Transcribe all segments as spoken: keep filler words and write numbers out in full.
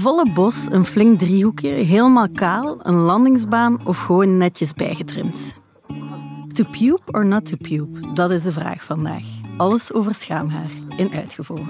volle bos, een flink driehoekje, helemaal kaal, een landingsbaan of gewoon netjes bijgetrimd? To puke or not to puke? Dat is de vraag vandaag. Alles over schaamhaar in Uitgevogeld.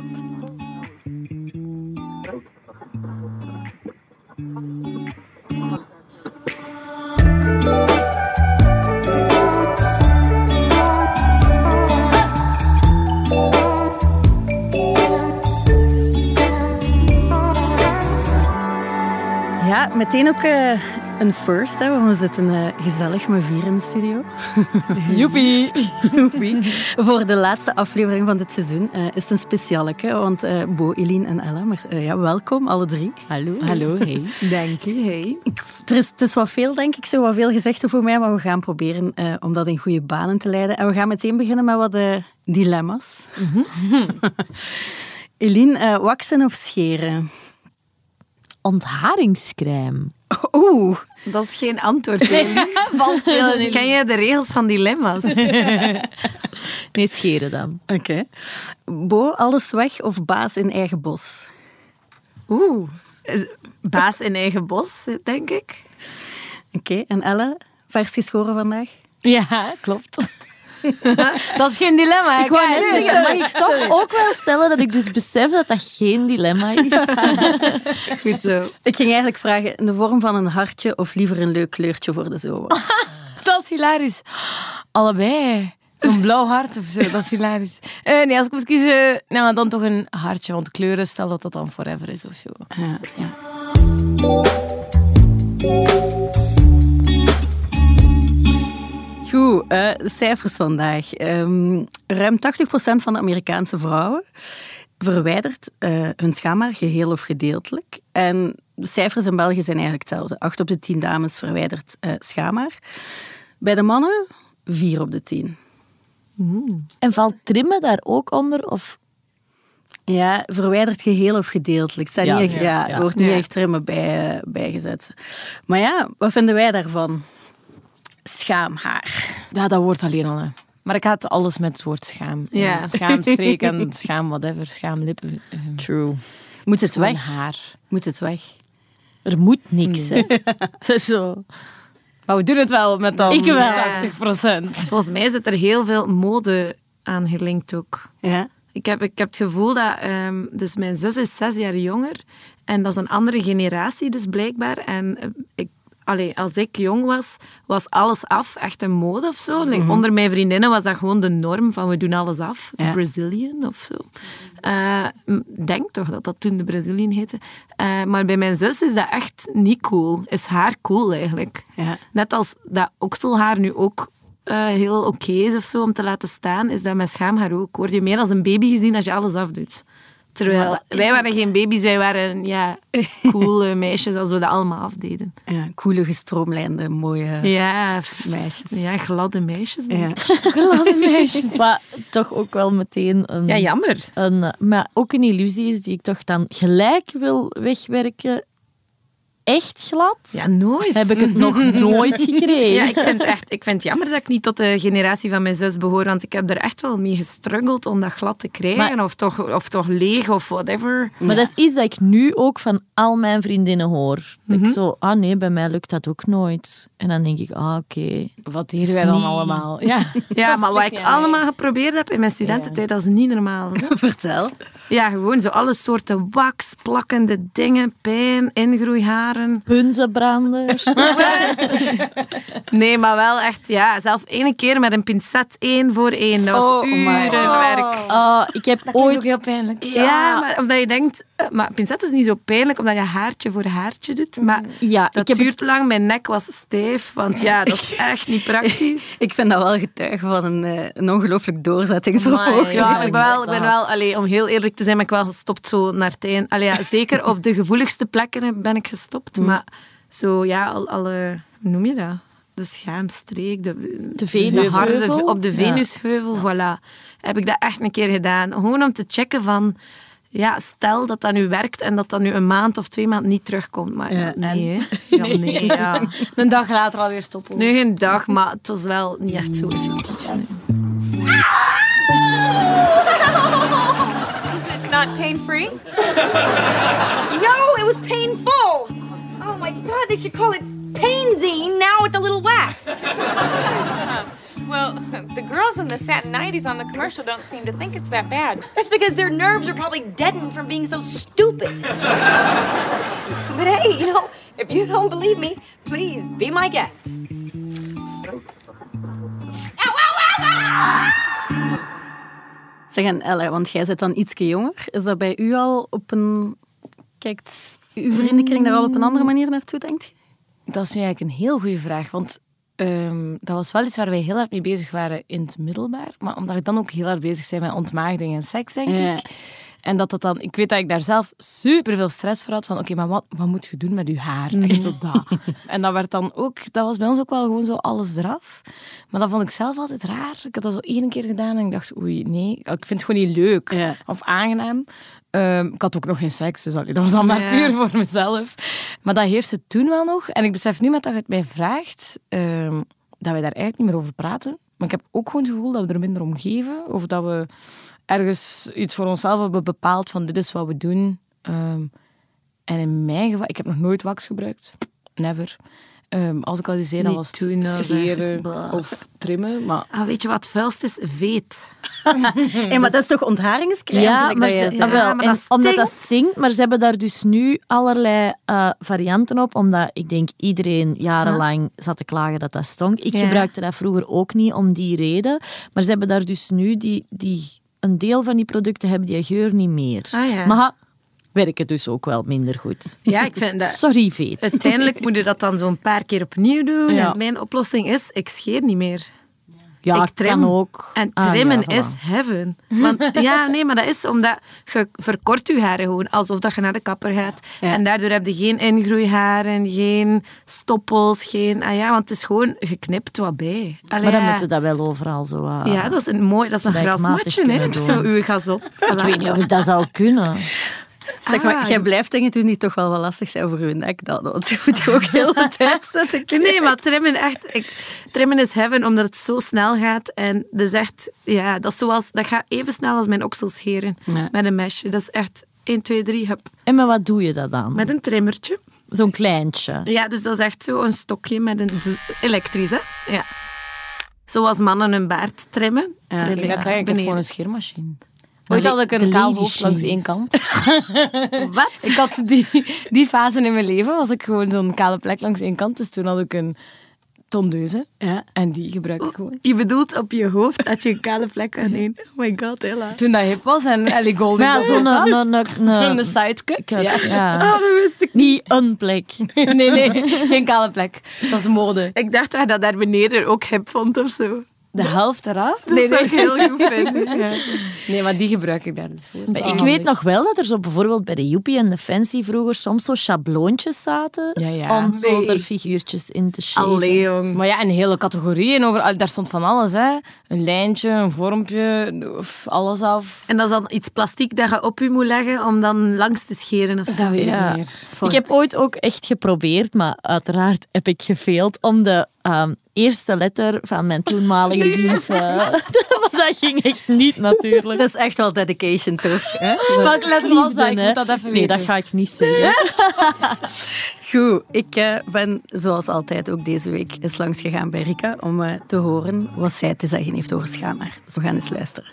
Ja, meteen ook uh, een first, hè, want we zitten uh, gezellig met vier in de studio. Joepie. Joepie. Voor de laatste aflevering van dit seizoen uh, is het een specialeke, want uh, Bo, Eline en Ella, maar uh, ja, welkom alle drie. Hallo. Hallo, hey. Dank u, hey. Ik, er is, het is wat veel, denk ik, zo wat veel gezegd voor mij, maar we gaan proberen uh, om dat in goede banen te leiden. En we gaan meteen beginnen met wat uh, dilemma's. Mm-hmm. Eline, uh, waksen of scheren? Ontharingscrème. Oeh. Dat is geen antwoord, Eline. Vals spelen. Ken jij de regels van dilemma's? Nee, scheren dan. Oké. Okay. Bo, alles weg of baas in eigen bos? Oeh. Baas in eigen bos, denk ik. Oké. Okay. En Elle, vers geschoren vandaag? Ja, klopt. Dat is geen dilemma. Ik wou net zeggen, mag ik toch ook wel stellen dat ik dus besef dat dat geen dilemma is. Goed zo. Ik ging eigenlijk vragen, in de vorm van een hartje of liever een leuk kleurtje voor de zomer? Dat is hilarisch. Allebei. Zo'n blauw hart of zo, dat is hilarisch. Uh, nee, als ik moet kiezen, nou, dan toch een hartje. Want kleuren, stel dat dat dan forever is of zo. Ja. Ja. Goed, uh, cijfers vandaag. Um, ruim tachtig procent van de Amerikaanse vrouwen verwijdert uh, hun schaamhaar geheel of gedeeltelijk. En de cijfers in België zijn eigenlijk hetzelfde. acht op de tien dames verwijdert uh, schaamhaar. Bij de mannen vier op de tien. Mm. En valt trimmen daar ook onder? Of? Ja, verwijderd geheel of gedeeltelijk. Er ja, ja, ja, ja. wordt niet ja. echt trimmen bij, uh, bijgezet. Maar ja, wat vinden wij daarvan? Schaamhaar. Ja, dat wordt alleen al. Hè. Maar ik had alles met het woord schaam. Ja. Schaamstreek en schaam whatever, schaamlippen. True. Moet het weg? Haar. Moet het weg? Er moet niks, hè. Zo. Maar we doen het wel met dan ik wel. tachtig procent. Volgens mij zit er heel veel mode aan gelinkt ook. Ja. Ik heb, ik heb het gevoel dat... Um, dus mijn zus is zes jaar jonger. En dat is een andere generatie dus blijkbaar. En uh, ik Allee, als ik jong was, was alles af. Echt een mode of zo. Mm-hmm. Onder mijn vriendinnen was dat gewoon de norm van we doen alles af. De ja. Brazilian of zo. Uh, denk toch dat dat toen de Brazilian heette. Uh, maar bij mijn zus is dat echt niet cool. Is haar cool eigenlijk. Ja. Net als dat okselhaar nu ook uh, heel oké okay is of zo om te laten staan, is dat met schaamhaar ook. Word je meer als een baby gezien als je alles afdoet. Terwijl ja, wij waren geen baby's, wij waren ja, coole meisjes als we dat allemaal afdeden. Ja, coole, gestroomlijnde, mooie ja, meisjes. Ja, gladde meisjes. Ja. Gladde meisjes. Maar toch ook wel meteen een... Ja, jammer. Een, maar ook een illusie is die ik toch dan gelijk wil wegwerken. Echt glad? Ja, nooit. Heb ik het nog nooit gekregen. Ja, ik vind, echt, ik vind het jammer dat ik niet tot de generatie van mijn zus behoor, want ik heb er echt wel mee gestruggeld om dat glad te krijgen, maar, of, toch, of toch leeg, of whatever. Maar ja. Dat is iets dat ik nu ook van al mijn vriendinnen hoor. Dat mm-hmm. ik zo, ah nee, bij mij lukt dat ook nooit. En dan denk ik, ah oké. Okay. Wat deden wij dan allemaal? Ja, ja maar wat ik ja, allemaal geprobeerd heb in mijn studententijd, dat is niet normaal. Vertel. Ja, gewoon zo alle soorten wax, plakkende dingen, pijn, ingroeiharen. Punzenbranders. Nee, maar wel echt, ja, zelf ene keer met een pincet één voor één. Dat was oh, urenwerk. Oh. Oh, ik heb dat ooit... ook heel pijnlijk. Ja, ja, maar omdat je denkt... Maar pincet is niet zo pijnlijk, omdat je haartje voor haartje doet. Maar ja, dat ik duurt heb... lang. Mijn nek was stijf, want ja, dat is echt niet praktisch. Ik vind dat wel getuige van een, een ongelooflijk doorzettingsvermogen. Ja, ik ben wel, ik ben wel allee, om heel eerlijk te zijn, ben ik wel gestopt zo naar het eind. Allee, ja, zeker op de gevoeligste plekken ben ik gestopt. Mm. Maar zo, ja, al, alle... Hoe noem je dat? De schaamstreek, de, de Venusheuvel. Op de Venusheuvel, ja. Voilà. Heb ik dat echt een keer gedaan. Gewoon om te checken van... Ja, stel dat dat nu werkt en dat dat nu een maand of twee maanden niet terugkomt. Maar ja, nee, ja, nee ja. Een dag later alweer stoppen. Nee, geen dag, maar het was wel niet echt zo effectief. Nee. not pain-free? No, it was painful. Oh my God, they should call it Painzine now with the little wax. Well, the girls in the satin nineties on the commercial don't seem to think it's that bad. That's because their nerves are probably deadened from being so stupid. But hey, you know, if you don't believe me, please be my guest. Ow, ow, ow, ow! Zeg, en Ella, want jij bent dan ietsje jonger. Is dat bij u al op een... Kijkt uw vriendenkring daar al op een andere manier naartoe, denkt je? Dat is nu eigenlijk een heel goede vraag, want um, dat was wel iets waar wij heel hard mee bezig waren in het middelbaar, maar omdat we dan ook heel hard bezig zijn met ontmaagding en seks, denk Ja. ik. En dat dat dan... Ik weet dat ik daar zelf super veel stress voor had, van oké, okay, maar wat, wat moet je doen met je haar? Echt zo dat. En dat werd dan ook... Dat was bij ons ook wel gewoon zo alles eraf. Maar dat vond ik zelf altijd raar. Ik had dat zo één keer gedaan en ik dacht, oei, nee, ik vind het gewoon niet leuk Ja. of aangenaam. Um, ik had ook nog geen seks, dus allee, dat was dan maar Ja. puur voor mezelf. Maar dat heerste toen wel nog. En ik besef nu met dat je het mij vraagt, um, dat we daar eigenlijk niet meer over praten. Maar ik heb ook gewoon het gevoel dat we er minder om geven. Of dat we ergens iets voor onszelf hebben bepaald van dit is wat we doen. Um, en in mijn geval, ik heb nog nooit wax gebruikt. Never. Um, als ik al eens zei, dat Niet was doen, dat is scheren echt, bah. of trimmen. Maar Ah, weet je wat vuilst is? Veet. Hey, maar dat is toch ontharingscrème? Ja, gelijk maar dat ze, jij zei? ah, wel, Ja, maar en dat omdat dat stinkt. stinkt, maar ze hebben daar dus nu allerlei uh, varianten op, omdat ik denk iedereen jarenlang zat te klagen dat dat stonk. Ik Ja. gebruikte dat vroeger ook niet om die reden, maar ze hebben daar dus nu die, die een deel van die producten hebben die geur niet meer. Ah, ja. Maar ha, werken dus ook wel minder goed. Ja, ik vind dat... Sorry, Veet. Uiteindelijk moet je dat dan zo'n paar keer opnieuw doen. Ja. En mijn oplossing is, ik scheer niet meer. Ja, ik trim. kan ook. En Ah, trimmen ja, voilà. is heaven. Want ja, nee, maar dat is omdat je verkort je haren gewoon, alsof dat je naar de kapper gaat. Ja. En daardoor heb je geen ingroeiharen, geen stoppels, geen... Ah ja, want het is gewoon geknipt wat bij. Allee, Maar dan ja. moet je dat wel overal zo... Uh, Ja, dat is een mooi, dat is een gelijkmatig grasmatje, hè. kunnen doen. Zo, uw gazon. Ik weet niet of ik dat zou kunnen. Zeg maar, Ah. jij blijft denk ik toen niet toch wel wat lastig zijn voor je nek dan, want je moet je ook heel de tijd zetten. Nee, maar trimmen echt... Ik, trimmen is heaven, omdat het zo snel gaat. En dat is echt... Ja, dat, is zoals, dat gaat even snel als mijn oksels scheren. Ja. Met een mesje. Dat is echt één, twee, drie, hup. En maar wat doe je dat dan? Met een trimmertje. Zo'n kleintje. Ja, dus dat is echt zo een stokje met een... z- Elektrisch, hè? Ja. Zoals mannen hun baard trimmen. Ja, trim ik ik ga zeggen, ik heb beneden. gewoon een scheermachine. Ooit de- had ik de een kaal lady hoofd langs shave. één kant. Wat? Ik had die, die fase in mijn leven, was ik gewoon zo'n kale plek langs één kant. Dus toen had ik een tondeuze. Ja. En die gebruik ik gewoon. Je bedoelt op je hoofd dat je een kale vlek aan één. Oh my god, Ella. Toen dat hip was en Ellie Goulding. Maar ja, zo'n... een- een- een- Een een- sidecut. Kut, Ja. ja. Oh, dat wist ik. Niet een plek. Nee, nee, geen kale plek. Dat is mode. Ik dacht dat je dat daar beneden ook hip vond of zo. De helft eraf? Dat zou ik heel goed vinden. Ja. Nee, maar die gebruik ik daar dus voor. Dat is Maar ik wel weet handig. nog wel dat er zo bijvoorbeeld bij de Joepie en de Fancy vroeger soms zo schabloontjes zaten Ja, ja. om zo Nee. er figuurtjes in te shaven. Allee, jong. Maar ja, een hele categorie. En over, al- daar stond van alles, hè. Een lijntje, een vormpje, of alles af. En dat is dan iets plastiek dat je op je moet leggen om dan langs te scheren of zo. Dat weet Ja. ik niet meer. Ik heb ooit ook echt geprobeerd, maar uiteraard heb ik gefaild om de ehm, eerste letter van mijn toenmalige lief... eh, maar dat ging echt niet, natuurlijk. Dat is echt wel dedication, toch? Hè? Welke letter was dat? Ik Liefde, moet hè? dat even Nee, weten. dat ga ik niet zeggen. Goed, ik eh, ben zoals altijd ook deze week eens langs gegaan bij Rika om eh, te horen wat zij te zeggen heeft over schaamhaar. Dus we gaan eens luisteren.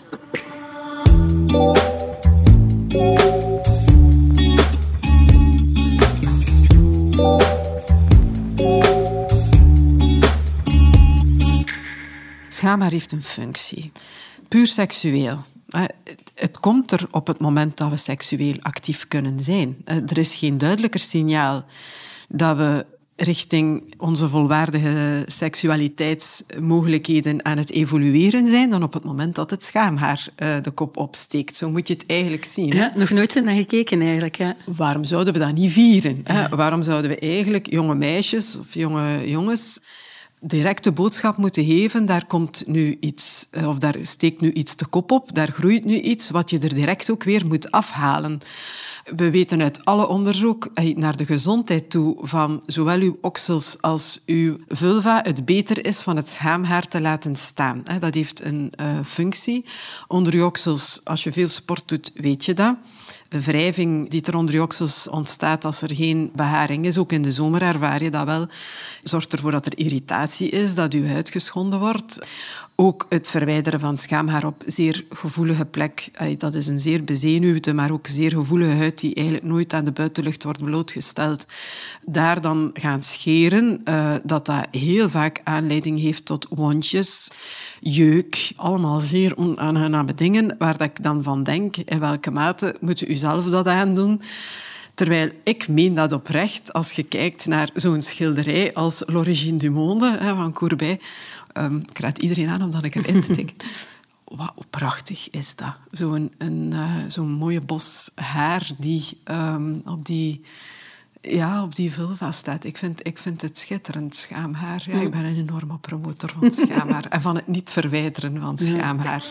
Schaamhaar heeft een functie. Puur seksueel. Eh, Het komt er op het moment dat we seksueel actief kunnen zijn. Eh, Er is geen duidelijker signaal dat we richting onze volwaardige seksualiteitsmogelijkheden aan het evolueren zijn dan op het moment dat het schaamhaar eh, de kop opsteekt. Zo moet je het eigenlijk zien. hè. Ja, nog nooit zo naar gekeken eigenlijk. Hè? Waarom zouden we dat niet vieren? Hè? Waarom zouden we eigenlijk jonge meisjes of jonge jongens direct de boodschap moeten geven, daar komt nu iets, of daar steekt nu iets de kop op, daar groeit nu iets wat je er direct ook weer moet afhalen. We weten uit alle onderzoek naar de gezondheid toe van zowel uw oksels als uw vulva het beter is van het schaamhaar te laten staan. Dat heeft een uh, functie. Onder uw oksels, als je veel sport doet, weet je dat. De wrijving die er onder je oksels ontstaat als er geen beharing is, ook in de zomer ervaar je dat wel, zorgt ervoor dat er irritatie is, dat je huid geschonden wordt. Ook het verwijderen van schaamhaar op zeer gevoelige plek, dat is een zeer bezenuwde, maar ook zeer gevoelige huid die eigenlijk nooit aan de buitenlucht wordt blootgesteld. Daar dan gaan scheren, dat dat heel vaak aanleiding heeft tot wondjes, jeuk, allemaal zeer onaangename dingen, waar ik dan van denk, in welke mate moet je zelf dat aandoen? Terwijl ik meen dat oprecht, als je kijkt naar zo'n schilderij als L'Origine du Monde hè, van Courbet. Um, ik raad iedereen aan om dat ik erin te denken. Wat prachtig is dat. Zo'n een, uh, zo'n mooie bos haar die um, op die... Ja, op die vulva staat. Ik vind, ik vind het schitterend, schaamhaar. Ja, ik ben een enorme promotor van schaamhaar. En van het niet verwijderen van schaamhaar.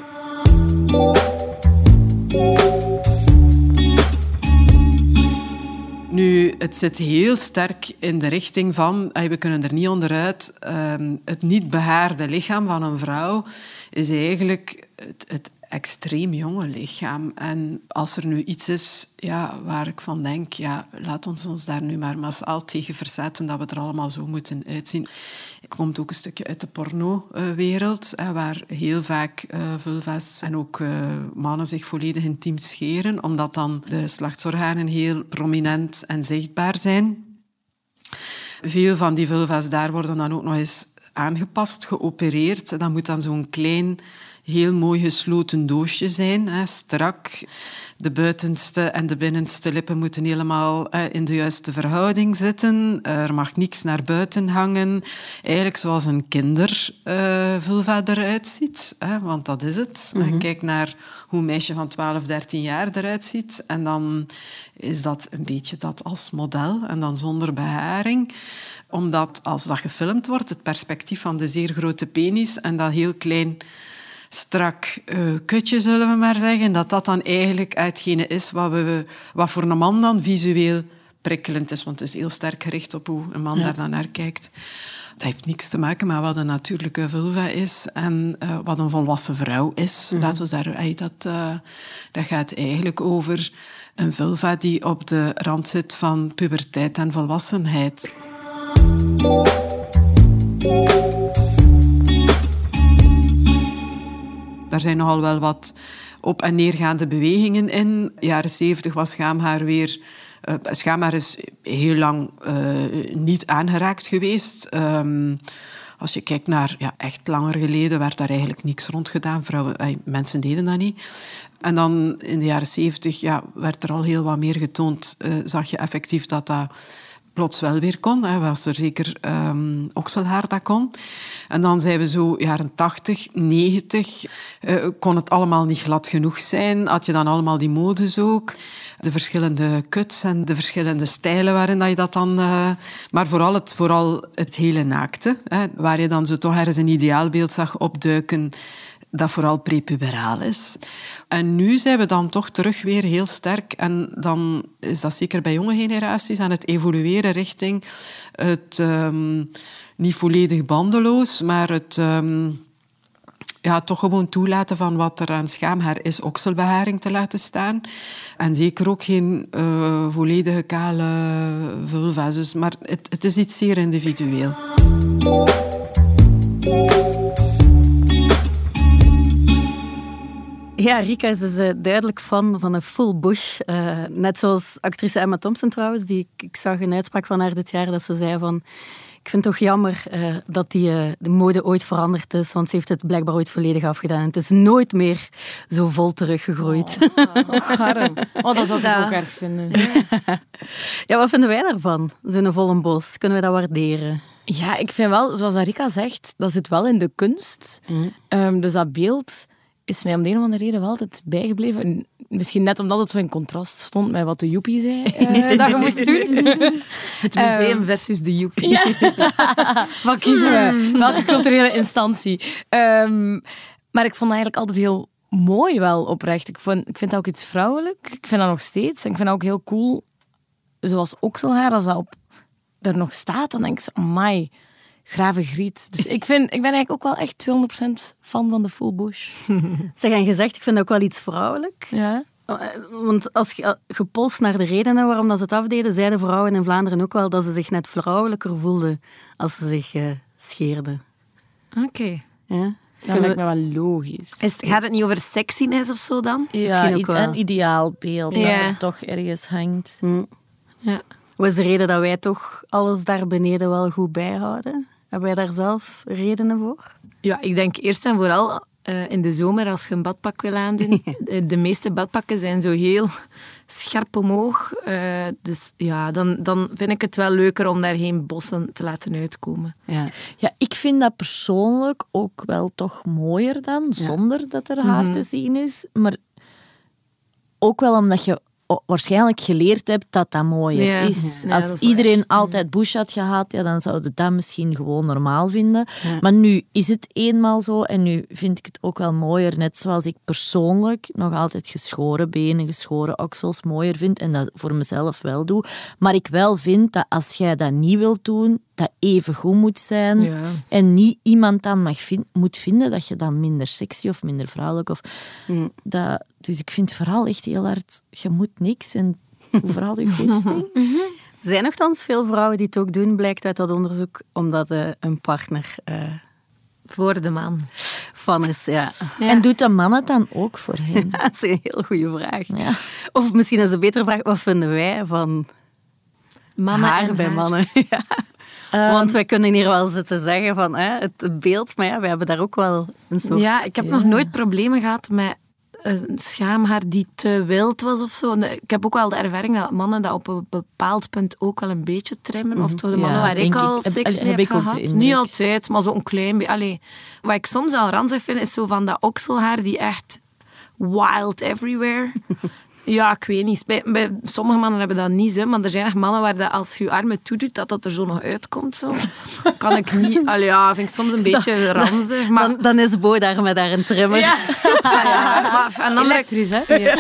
Nu, het zit heel sterk in de richting van... We kunnen er niet onderuit. Het niet behaarde lichaam van een vrouw is eigenlijk het... het extreem jonge lichaam. En als er nu iets is ja, waar ik van denk, ja, laat ons ons daar nu maar massaal tegen verzetten dat we er allemaal zo moeten uitzien. Ik kom ook een stukje uit de porno-wereld, waar heel vaak uh, vulva's en ook uh, mannen zich volledig intiem scheren, omdat dan de geslachtsorganen heel prominent en zichtbaar zijn. Veel van die vulva's daar worden dan ook nog eens aangepast, geopereerd. Dat moet dan zo'n klein... heel mooi gesloten doosje zijn, hè, strak. De buitenste en de binnenste lippen moeten helemaal hè, in de juiste verhouding zitten. Er mag niks naar buiten hangen. Eigenlijk zoals een kindervulva uh, eruit ziet, hè, want dat is het. Mm-hmm. Kijk naar hoe een meisje van twaalf, dertien jaar eruit ziet. En dan is dat een beetje dat als model. En dan zonder beharing. Omdat als dat gefilmd wordt, het perspectief van de zeer grote penis en dat heel klein... strak uh, kutje, zullen we maar zeggen, dat dat dan eigenlijk hetgene is wat, we, wat voor een man dan visueel prikkelend is. Want het is heel sterk gericht op hoe een man ja. daar dan naar kijkt. Dat heeft niks te maken met wat een natuurlijke vulva is en uh, wat een volwassen vrouw is. Mm-hmm. Laten we daar, dat, uh, dat gaat eigenlijk over een vulva die op de rand zit van puberteit en volwassenheid. Daar zijn nogal wel wat op- en neergaande bewegingen in. In de jaren zeventig was schaamhaar weer... Uh, schaamhaar is heel lang uh, niet aangeraakt geweest. Um, als je kijkt naar ja, echt langer geleden, werd daar eigenlijk niks rond gedaan. Vrouwen, uh, mensen deden dat niet. En dan in de jaren zeventig ja, werd er al heel wat meer getoond. Uh, zag je effectief dat dat... plots wel weer kon. Hè. Was er zeker um, okselhaar dat kon. En dan zijn we zo jaren tachtig, negentig. Uh, kon het allemaal niet glad genoeg zijn. Had je dan allemaal die modes ook. De verschillende cuts en de verschillende stijlen waarin dat je dat dan... Uh, maar vooral het, vooral het hele naakte. Hè, waar je dan zo toch ergens een ideaalbeeld zag opduiken... dat vooral prepuberaal is. En nu zijn we dan toch terug weer heel sterk. En dan is dat zeker bij jonge generaties aan het evolueren richting het um, niet volledig bandeloos, maar het um, ja, toch gewoon toelaten van wat er aan schaamhaar is, okselbeharing te laten staan. En zeker ook geen uh, volledige kale vulva's. Dus, maar het, het is iets zeer individueel. Ja, Rika is dus uh, duidelijk fan van een full bush. Uh, net zoals actrice Emma Thompson trouwens. Die, ik zag een uitspraak van haar dit jaar dat ze zei van... Ik vind het toch jammer uh, dat die, uh, de mode ooit veranderd is, want ze heeft het blijkbaar ooit volledig afgedaan. En het is nooit meer zo vol teruggegroeid. Oh, oh, garm. Oh, dat zou ik ook erg vinden. Ja, wat vinden wij daarvan? Zo'n volle bos. Kunnen we dat waarderen? Ja, ik vind wel, zoals Rika zegt, dat zit wel in de kunst. Mm. Um, dus dat beeld... is mij om de een of andere reden wel altijd bijgebleven. En misschien net omdat het zo in contrast stond met wat de joepie zei uh, dat je moest doen. Het museum um, versus de joepie. Ja. Wat kiezen we? Welke culturele instantie? Um, maar ik vond het eigenlijk altijd heel mooi wel oprecht. Ik, vond, ik vind dat ook iets vrouwelijk. Ik vind dat nog steeds. En ik vind dat ook heel cool. Zoals okselhaar, als dat op, er nog staat, dan denk ik zo, amai, grave griet. Dus ik, vind, ik ben eigenlijk ook wel echt tweehonderd procent fan van de full bush. Zeg, en gezegd, ik vind dat ook wel iets vrouwelijk. Ja. Want als je gepolst naar de redenen waarom dat ze het afdeden, zeiden vrouwen in Vlaanderen ook wel dat ze zich net vrouwelijker voelden als ze zich uh, scheerden. Oké. Okay. Ja? Dat lijkt me wel logisch. Is, gaat het niet over sexiness of zo dan? Ja, ook wel. een ideaalbeeld ja. dat er toch ergens hangt. Hm. Ja. Wat is de reden dat wij toch alles daar beneden wel goed bijhouden? Hebben wij daar zelf redenen voor? Ja, ik denk eerst en vooral uh, in de zomer als je een badpak wil aandoen. de, de meeste badpakken zijn zo heel scherp omhoog. Uh, dus ja, dan, dan vind ik het wel leuker om daar geen bossen te laten uitkomen. Ja, ja ik vind dat persoonlijk ook wel toch mooier dan, ja. zonder dat er haar mm-hmm. te zien is. Maar ook wel omdat je waarschijnlijk geleerd hebt dat dat mooier ja. is. Ja, Als dat is iedereen waar. altijd bush had gehad, ja, dan zouden dat misschien gewoon normaal vinden. Ja. Maar nu is het eenmaal zo en nu vind ik het ook wel mooier. Net zoals ik persoonlijk nog altijd geschoren benen, geschoren oksels mooier vind en dat voor mezelf wel doe. Maar ik wel vind dat als jij dat niet wilt doen, dat even goed moet zijn. Ja. En niet iemand dan mag vind, moet vinden dat je dan minder sexy of minder vrouwelijk. Of mm. dat, dus ik vind vooral echt heel hard, je moet niks en doe vooral je goesting. Er zijn nogthans veel vrouwen die het ook doen, blijkt uit dat onderzoek, omdat uh, een partner uh, voor de man fan is. Ja. Ja. En doet de man het dan ook voor hen? Ja, dat is een heel goede vraag. Ja. Of misschien is een betere vraag, wat vinden wij van mannen haar en bij haar. mannen? Ja. Um, Want wij kunnen hier wel zitten zeggen van hè, het beeld, maar ja, we hebben daar ook wel een soort... Ja, ik heb ja. nog nooit problemen gehad met een schaamhaar die te wild was of zo. Ik heb ook wel de ervaring dat mannen dat op een bepaald punt ook wel een beetje trimmen. Mm-hmm. Of toch de mannen ja, waar ik al ik. seks heb, mee heb, heb heb gehad. Niet altijd, maar zo'n klein beetje. Allee, wat ik soms al ranzig vind, is zo van dat okselhaar die echt wild everywhere... Ja, ik weet niet. Bij, bij sommige mannen hebben dat niet, hè, maar er zijn echt mannen waar dat als je je armen toedoet, dat dat er zo nog uitkomt. Zo. Kan ik niet... Allee, ja, vind ik soms een beetje ranzig. Maar... Dan, dan is Bo daar met daar een trimmer. Ja. ja, maar aan de andere... Elektrisch, hè? Ja.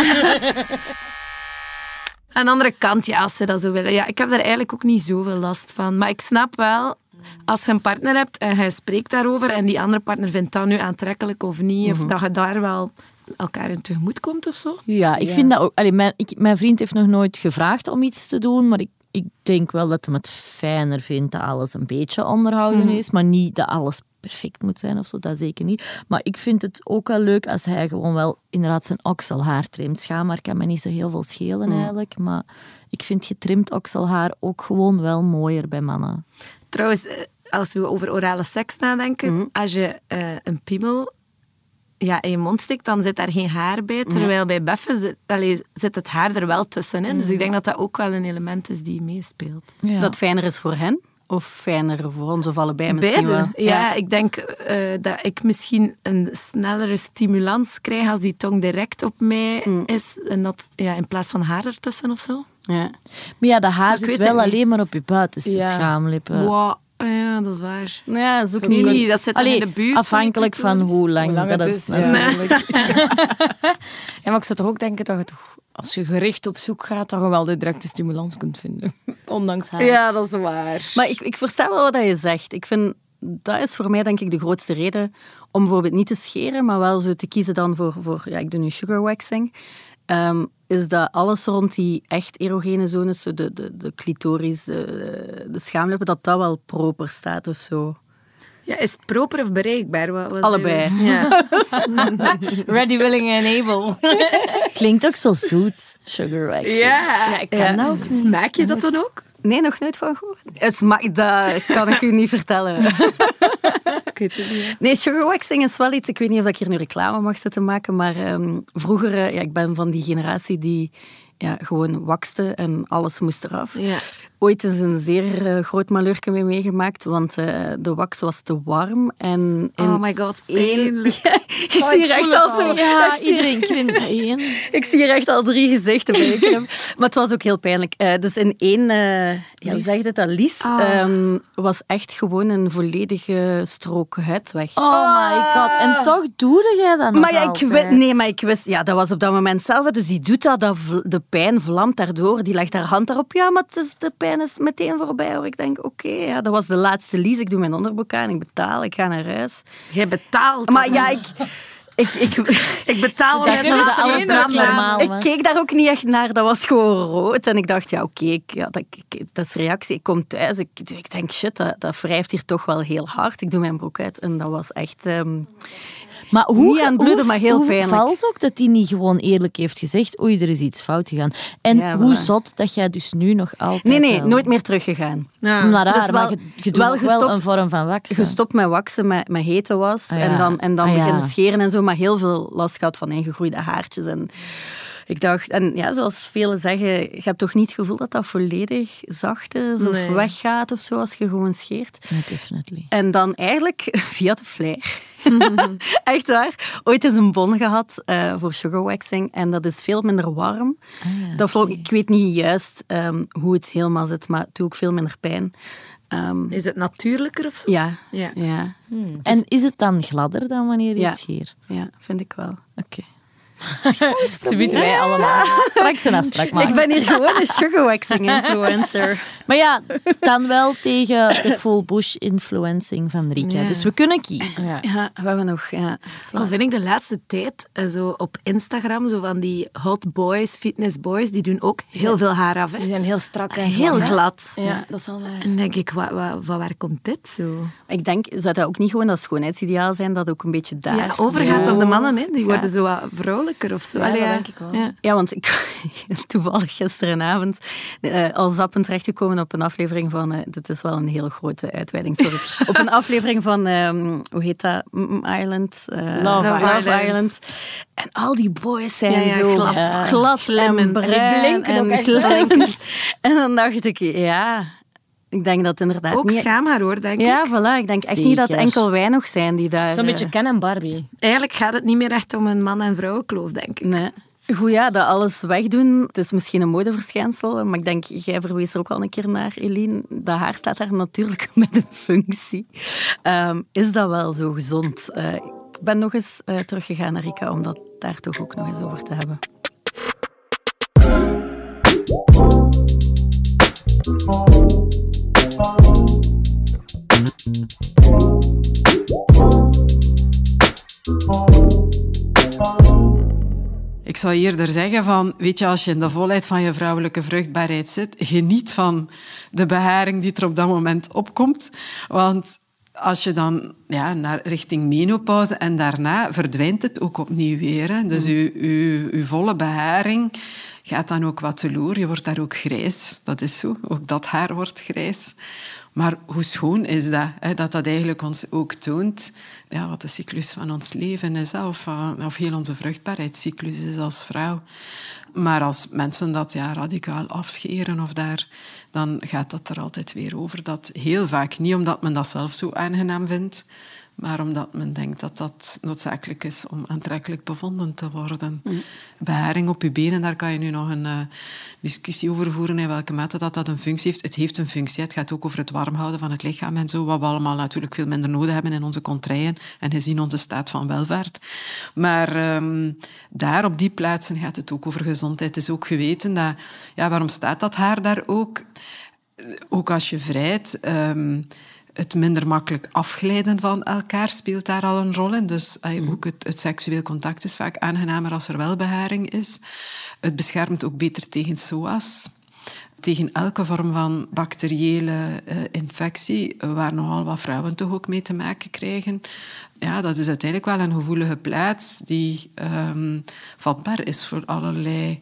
Aan de andere kant, ja, als ze dat zo willen. Ja, ik heb daar eigenlijk ook niet zoveel last van. Maar ik snap wel, als je een partner hebt en hij spreekt daarover en die andere partner vindt dat nu aantrekkelijk of niet, of mm-hmm. dat je daar wel... elkaar in tegemoet komt of zo? Ja, ik ja. vind dat ook... Allee, mijn, ik, mijn vriend heeft nog nooit gevraagd om iets te doen, maar ik, ik denk wel dat hij het fijner vindt dat alles een beetje onderhouden mm. is, maar niet dat alles perfect moet zijn of zo, dat zeker niet. Maar ik vind het ook wel leuk als hij gewoon wel inderdaad zijn okselhaar trimt. Schaamhaar kan me niet zo heel veel schelen mm. eigenlijk, maar ik vind getrimd okselhaar ook gewoon wel mooier bij mannen. Trouwens, als we over orale seks nadenken, mm. als je uh, een piemel... ja, in je mond stikt, dan zit daar geen haar bij. Terwijl ja. bij beffen zit, allez, zit het haar er wel tussenin. Dus ik denk dat dat ook wel een element is die meespeelt. Ja. Dat fijner is voor hen? Of fijner voor ons of allebei misschien Beide. wel? Ja, ja, ik denk uh, dat ik misschien een snellere stimulans krijg als die tong direct op mij mm. is. En dat, ja, in plaats van haar ertussen of zo. Ja. Maar ja, dat haar zit wel alleen maar op je buitenste ja. schaamlippen. Wow. Ja, dat is waar. Ja, dat is ook nee, niet... niet. Dat zit Allee, in de buurt. afhankelijk van, van hoe lang, hoe lang dat het is. Ja. Ja, maar ik zou toch ook denken dat je toch, als je gericht op zoek gaat, dat je wel de directe stimulans kunt vinden. Ondanks haar. Ja, dat is waar. Maar ik, ik versta wel wat je zegt. Ik vind, dat is voor mij denk ik de grootste reden om bijvoorbeeld niet te scheren, maar wel zo te kiezen dan voor, voor ja, ik doe nu sugar waxing. Um, is dat alles rond die echt erogene zones, de, de, de clitoris, de, de schaamlippen, dat dat wel proper staat of zo. Ja, is het proper of bereikbaar? Wat, wat allebei. Ja. Ready, willing and able. Klinkt ook zo zoet, sugar waxing. Ja, ja ik kan ja. dat ook niet. Smaak je dat dan ook? Nee, nog nooit van gehoord. Het smaakt, dat kan ik u niet vertellen. Ik weet het niet. Nee, sugar waxing is wel iets, ik weet niet of ik hier nu reclame mag zitten maken, maar um, vroeger, ja, ik ben van die generatie die ja, gewoon wakste en alles moest eraf. Ja. ooit eens een zeer uh, groot maleurke mee meegemaakt, want uh, de wax was te warm. En in oh my god, pijnlijk. Ja, ik zie hier echt al zo... Ja, iedereen krimpt bijeen. Ik zie hier echt al drie gezichten bij krimp. Maar het was ook heel pijnlijk. Uh, dus in één... Uh, ja, hoe zeg je dat? Lies oh. um, was echt gewoon een volledige strook huid weg. Oh my god. En toch doe jij dat nog maar ja, ik altijd? wist, nee, maar ik wist... Ja, dat was op dat moment zelf. Dus die doet dat, dat de pijn vlamt daardoor. Die legt haar hand daarop. Ja, maar het is, de pijn is meteen voorbij. Hoor. Ik denk, oké, okay, ja, dat was de laatste Lies. Ik doe mijn onderbroek aan, ik betaal, ik ga naar huis. Jij betaalt. Maar ja, ik... Ik, ik, ik betaal dat net alles normaal. Ik keek daar ook niet echt naar. Dat was gewoon rood. En ik dacht, ja, oké, okay, ja, dat, dat is reactie. Ik kom thuis. Ik, ik denk, shit, dat, dat wrijft hier toch wel heel hard. Ik doe mijn broek uit. En dat was echt... Um, maar hoe, niet aan het bloeden, hoe, maar heel hoe pijnlijk. Vals ook dat hij niet gewoon eerlijk heeft gezegd, oei, er is iets fout gegaan. En ja, hoe voilà. zot dat jij dus nu nog altijd... Nee, nee, wel... nooit meer teruggegaan. Ja. Maar raar, dus wel, maar je, je doet wel, gestopt, wel een vorm van waksen. Gestopt met waksen, met, met hete was. Ah, ja. En dan, en dan ah, beginnen ja. scheren en zo. Maar heel veel last gehad van ingegroeide haartjes. En ik dacht... En ja, zoals velen zeggen, je hebt toch niet het gevoel dat dat volledig zacht is of nee. weggaat of zo, als je gewoon scheert. Yeah, definitely. En dan eigenlijk via de flair. Echt waar. Ooit eens een bon gehad uh, voor sugarwaxing en dat is veel minder warm. Ah, ja, dat volg, okay. Ik weet niet juist um, hoe het helemaal zit, maar het doet ook veel minder pijn. Um, is het natuurlijker of zo? Ja. ja. ja. Hmm. En is het dan gladder dan wanneer je ja. scheert? Ja, vind ik wel. Oké. Okay. Ze weten wij allemaal. Straks een afspraak maken. Ik ben hier gewoon een sugarwaxing-influencer. Maar ja, dan wel tegen de full bush influencing van Rika. Ja. Dus we kunnen kiezen. Ja, ja we hebben nog... Ja, al vind ik de laatste tijd uh, zo op Instagram, zo van die hot boys, fitness boys, die doen ook heel ja. veel haar af. Hè. Die zijn heel strak en heel glad. glad. Ja, ja, dat is wel waar. En dan denk ik, wa, wa, van waar komt dit zo? Ik denk, zou dat ook niet gewoon dat schoonheidsideaal zijn, dat ook een beetje daar... Ja, overgaat op de mannen, hè. Die worden ja. zo wat vrolijker of zo. Ja, Allee, dat ja. denk ik wel. Ja, ja want ik toevallig gisterenavond uh, al zappend terechtgekomen op een aflevering van... Uh, dit is wel een hele grote uitweiding, sorry. op een aflevering van, um, hoe heet dat? Mm-mm Island? Uh, Love, Love Island. Island. Island. En al die boys zijn ja, ja, zo glad, uh, glad en bruin. Die blinken en ook echt glinkend. En dan dacht ik, ja... Ik denk dat inderdaad ook niet... schaamhaar hoor, denk ja, ik. Ja, voilà. Ik denk echt Zeker. niet dat enkel wij nog zijn die daar... Zo'n beetje Ken en Barbie. Eigenlijk gaat het niet meer echt om een man- en vrouwenkloof, denk ik. Nee. Goed, ja, dat alles wegdoen. Het is misschien een modeverschijnsel, maar ik denk, jij verwees er ook al een keer naar, Eline. Dat haar staat daar natuurlijk met een functie. Um, is dat wel zo gezond? Uh, ik ben nog eens uh, teruggegaan naar Rika om dat daar toch ook nog eens over te hebben. Ik zou eerder zeggen van, weet je, als je in de volheid van je vrouwelijke vruchtbaarheid zit, geniet van de beharing die er op dat moment opkomt. Want als je dan ja, naar richting menopauze en daarna verdwijnt het ook opnieuw weer. Hè. Dus uw, uw, uw volle beharing gaat dan ook wat teloor. Je wordt daar ook grijs. Dat is zo. Ook dat haar wordt grijs. Maar hoe schoon is dat? Hè? Dat dat eigenlijk ons ook toont ja, wat de cyclus van ons leven is. Hè? Of, of heel onze vruchtbaarheidscyclus is als vrouw. Maar als mensen dat ja, radicaal afscheren, of daar, dan gaat dat er altijd weer over. Dat heel vaak niet omdat men dat zelf zo aangenaam vindt, maar omdat men denkt dat dat noodzakelijk is om aantrekkelijk bevonden te worden. Mm. Beharing op je benen, daar kan je nu nog een uh, discussie over voeren in welke mate dat, dat een functie heeft. Het heeft een functie. Het gaat ook over het warm houden van het lichaam en zo, wat we allemaal natuurlijk veel minder nodig hebben in onze contraien en gezien onze staat van welvaart. Maar um, daar, op die plaatsen, gaat het ook over gezondheid. Het is ook geweten dat... Ja, waarom staat dat haar daar ook? Ook als je vrijt... Um, Het minder makkelijk afglijden van elkaar speelt daar al een rol in. Dus uh, ook het, het seksueel contact is vaak aangenamer als er wel beharing is. Het beschermt ook beter tegen S O A S. Tegen elke vorm van bacteriële uh, infectie, waar nogal wat vrouwen toch ook mee te maken krijgen. Ja, dat is uiteindelijk wel een gevoelige plaats die um, vatbaar is voor allerlei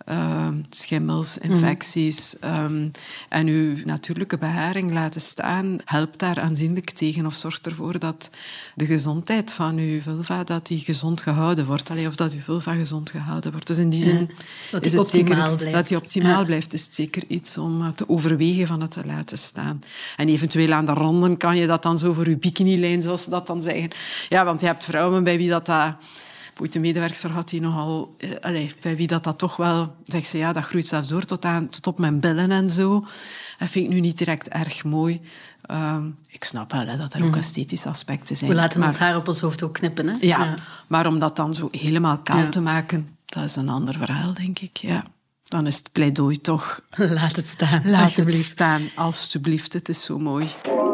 uh, schimmels, infecties. Mm. Um, en uw natuurlijke beharing laten staan helpt daar aanzienlijk tegen of zorgt ervoor dat de gezondheid van uw vulva dat die gezond gehouden wordt. Allee, of dat uw vulva gezond gehouden wordt. Dus in die zin ja, dat is die het zeker optimaal het, blijft. dat die optimaal ja. blijft. Is het zeker iets om te overwegen van het te laten staan. En eventueel aan de randen kan je dat dan zo voor je bikinilijn, zoals ze dat dan zeggen. Ja, want je hebt vrouwen bij wie dat... dat ooit een medewerker had die nogal... Eh, allez, bij wie dat, dat toch wel... Zegt ze, ja, dat groeit zelfs door tot, aan, tot op mijn billen en zo. Dat vind ik nu niet direct erg mooi. Um, ik snap wel hè, dat er ook esthetische aspecten zijn. We laten maar, ons haar op ons hoofd ook knippen. Hè? Ja, ja, maar om dat dan zo helemaal kaal ja. te maken, dat is een ander verhaal, denk ik. Ja. Dan is het pleidooi toch... Laat het staan, Laat alsjeblieft. het staan, alsjeblieft. Het is zo mooi.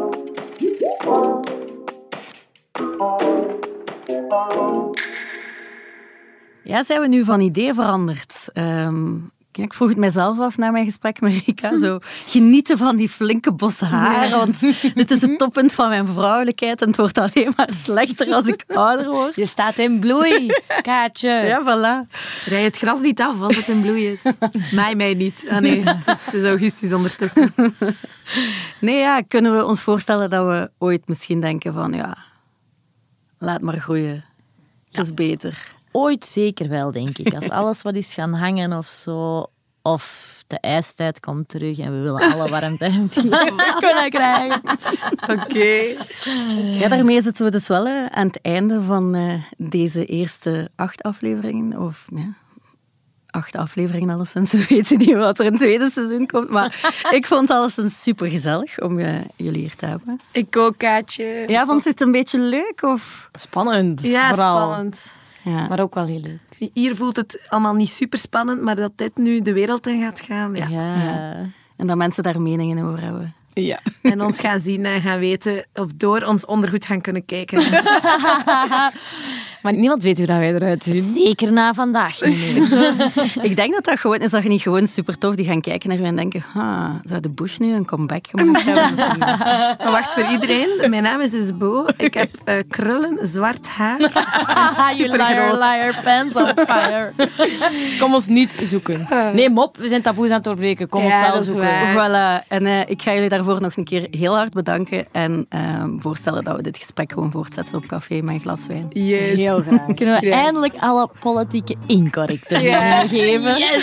Ja, zijn we nu van idee veranderd? Um, ik vroeg het mijzelf af na mijn gesprek met Rika. Zo, genieten van die flinke bosse haren, want dit is het toppunt van mijn vrouwelijkheid en het wordt alleen maar slechter als ik ouder word. Je staat in bloei, Kaatje. Ja, voilà. Rij het gras niet af als het in bloei is. Mij, mij niet. Ah nee, het is, het is augustus ondertussen. Nee, ja, kunnen we ons voorstellen dat we ooit misschien denken van, ja, laat maar groeien. Het is beter. Ooit zeker wel, denk ik. Als alles wat is gaan hangen of zo, of de ijstijd komt terug en we willen alle warmte kunnen krijgen. Oké. Okay. Ja, daarmee zitten we dus wel uh, aan het einde van uh, deze eerste acht afleveringen. Of ja, acht afleveringen alleszins. We weten niet wat er in het tweede seizoen komt. Maar ik vond het alleszins super gezellig om uh, jullie hier te hebben. Ik ook, Kaatje. Ja, vond je het een beetje leuk? Of? Spannend. Ja, vooral. spannend. Ja. Maar ook wel heel leuk. Hier voelt het allemaal niet super spannend, maar dat dit nu de wereld in gaat gaan. Ja. Ja. Ja. En dat mensen daar meningen over hebben. Ja. En ons gaan zien en gaan weten of door ons ondergoed gaan kunnen kijken. Maar niemand weet hoe dat wij eruit zien. Zeker na vandaag niet meer. Ik denk dat dat gewoon is dat je niet gewoon super tof die gaan kijken naar je en denken, ah, zou de Bush nu een comeback gemaakt hebben? Maar wacht, voor iedereen. Mijn naam is dus Bo. Ik heb uh, krullen, zwart haar. You liar, liar, pants on fire. Kom ons niet zoeken. Nee, mop, we zijn taboes aan het doorbreken. Kom ja, ons wel zoeken. Voilà. En uh, ik ga jullie daarvoor nog een keer heel hard bedanken en uh, voorstellen dat we dit gesprek gewoon voortzetten op café met een glas wijn. Yes. Heel graag. Kunnen we ja. eindelijk alle politieke incorrecte ja. geven? Yes.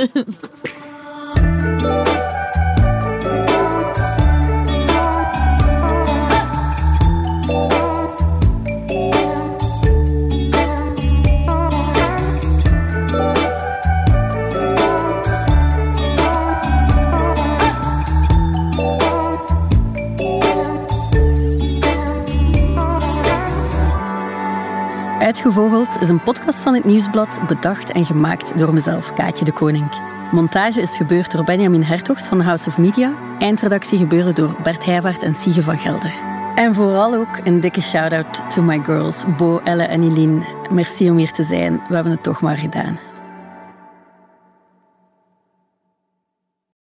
Uitgevogeld is een podcast van het Nieuwsblad, bedacht en gemaakt door mezelf, Kaatje de Koning. Montage is gebeurd door Benjamin Hertogs van House of Media. Eindredactie gebeurde door Bert Heijvaart en Siege van Gelder. En vooral ook een dikke shout-out to my girls, Bo, Elle en Eline. Merci om hier te zijn. We hebben het toch maar gedaan.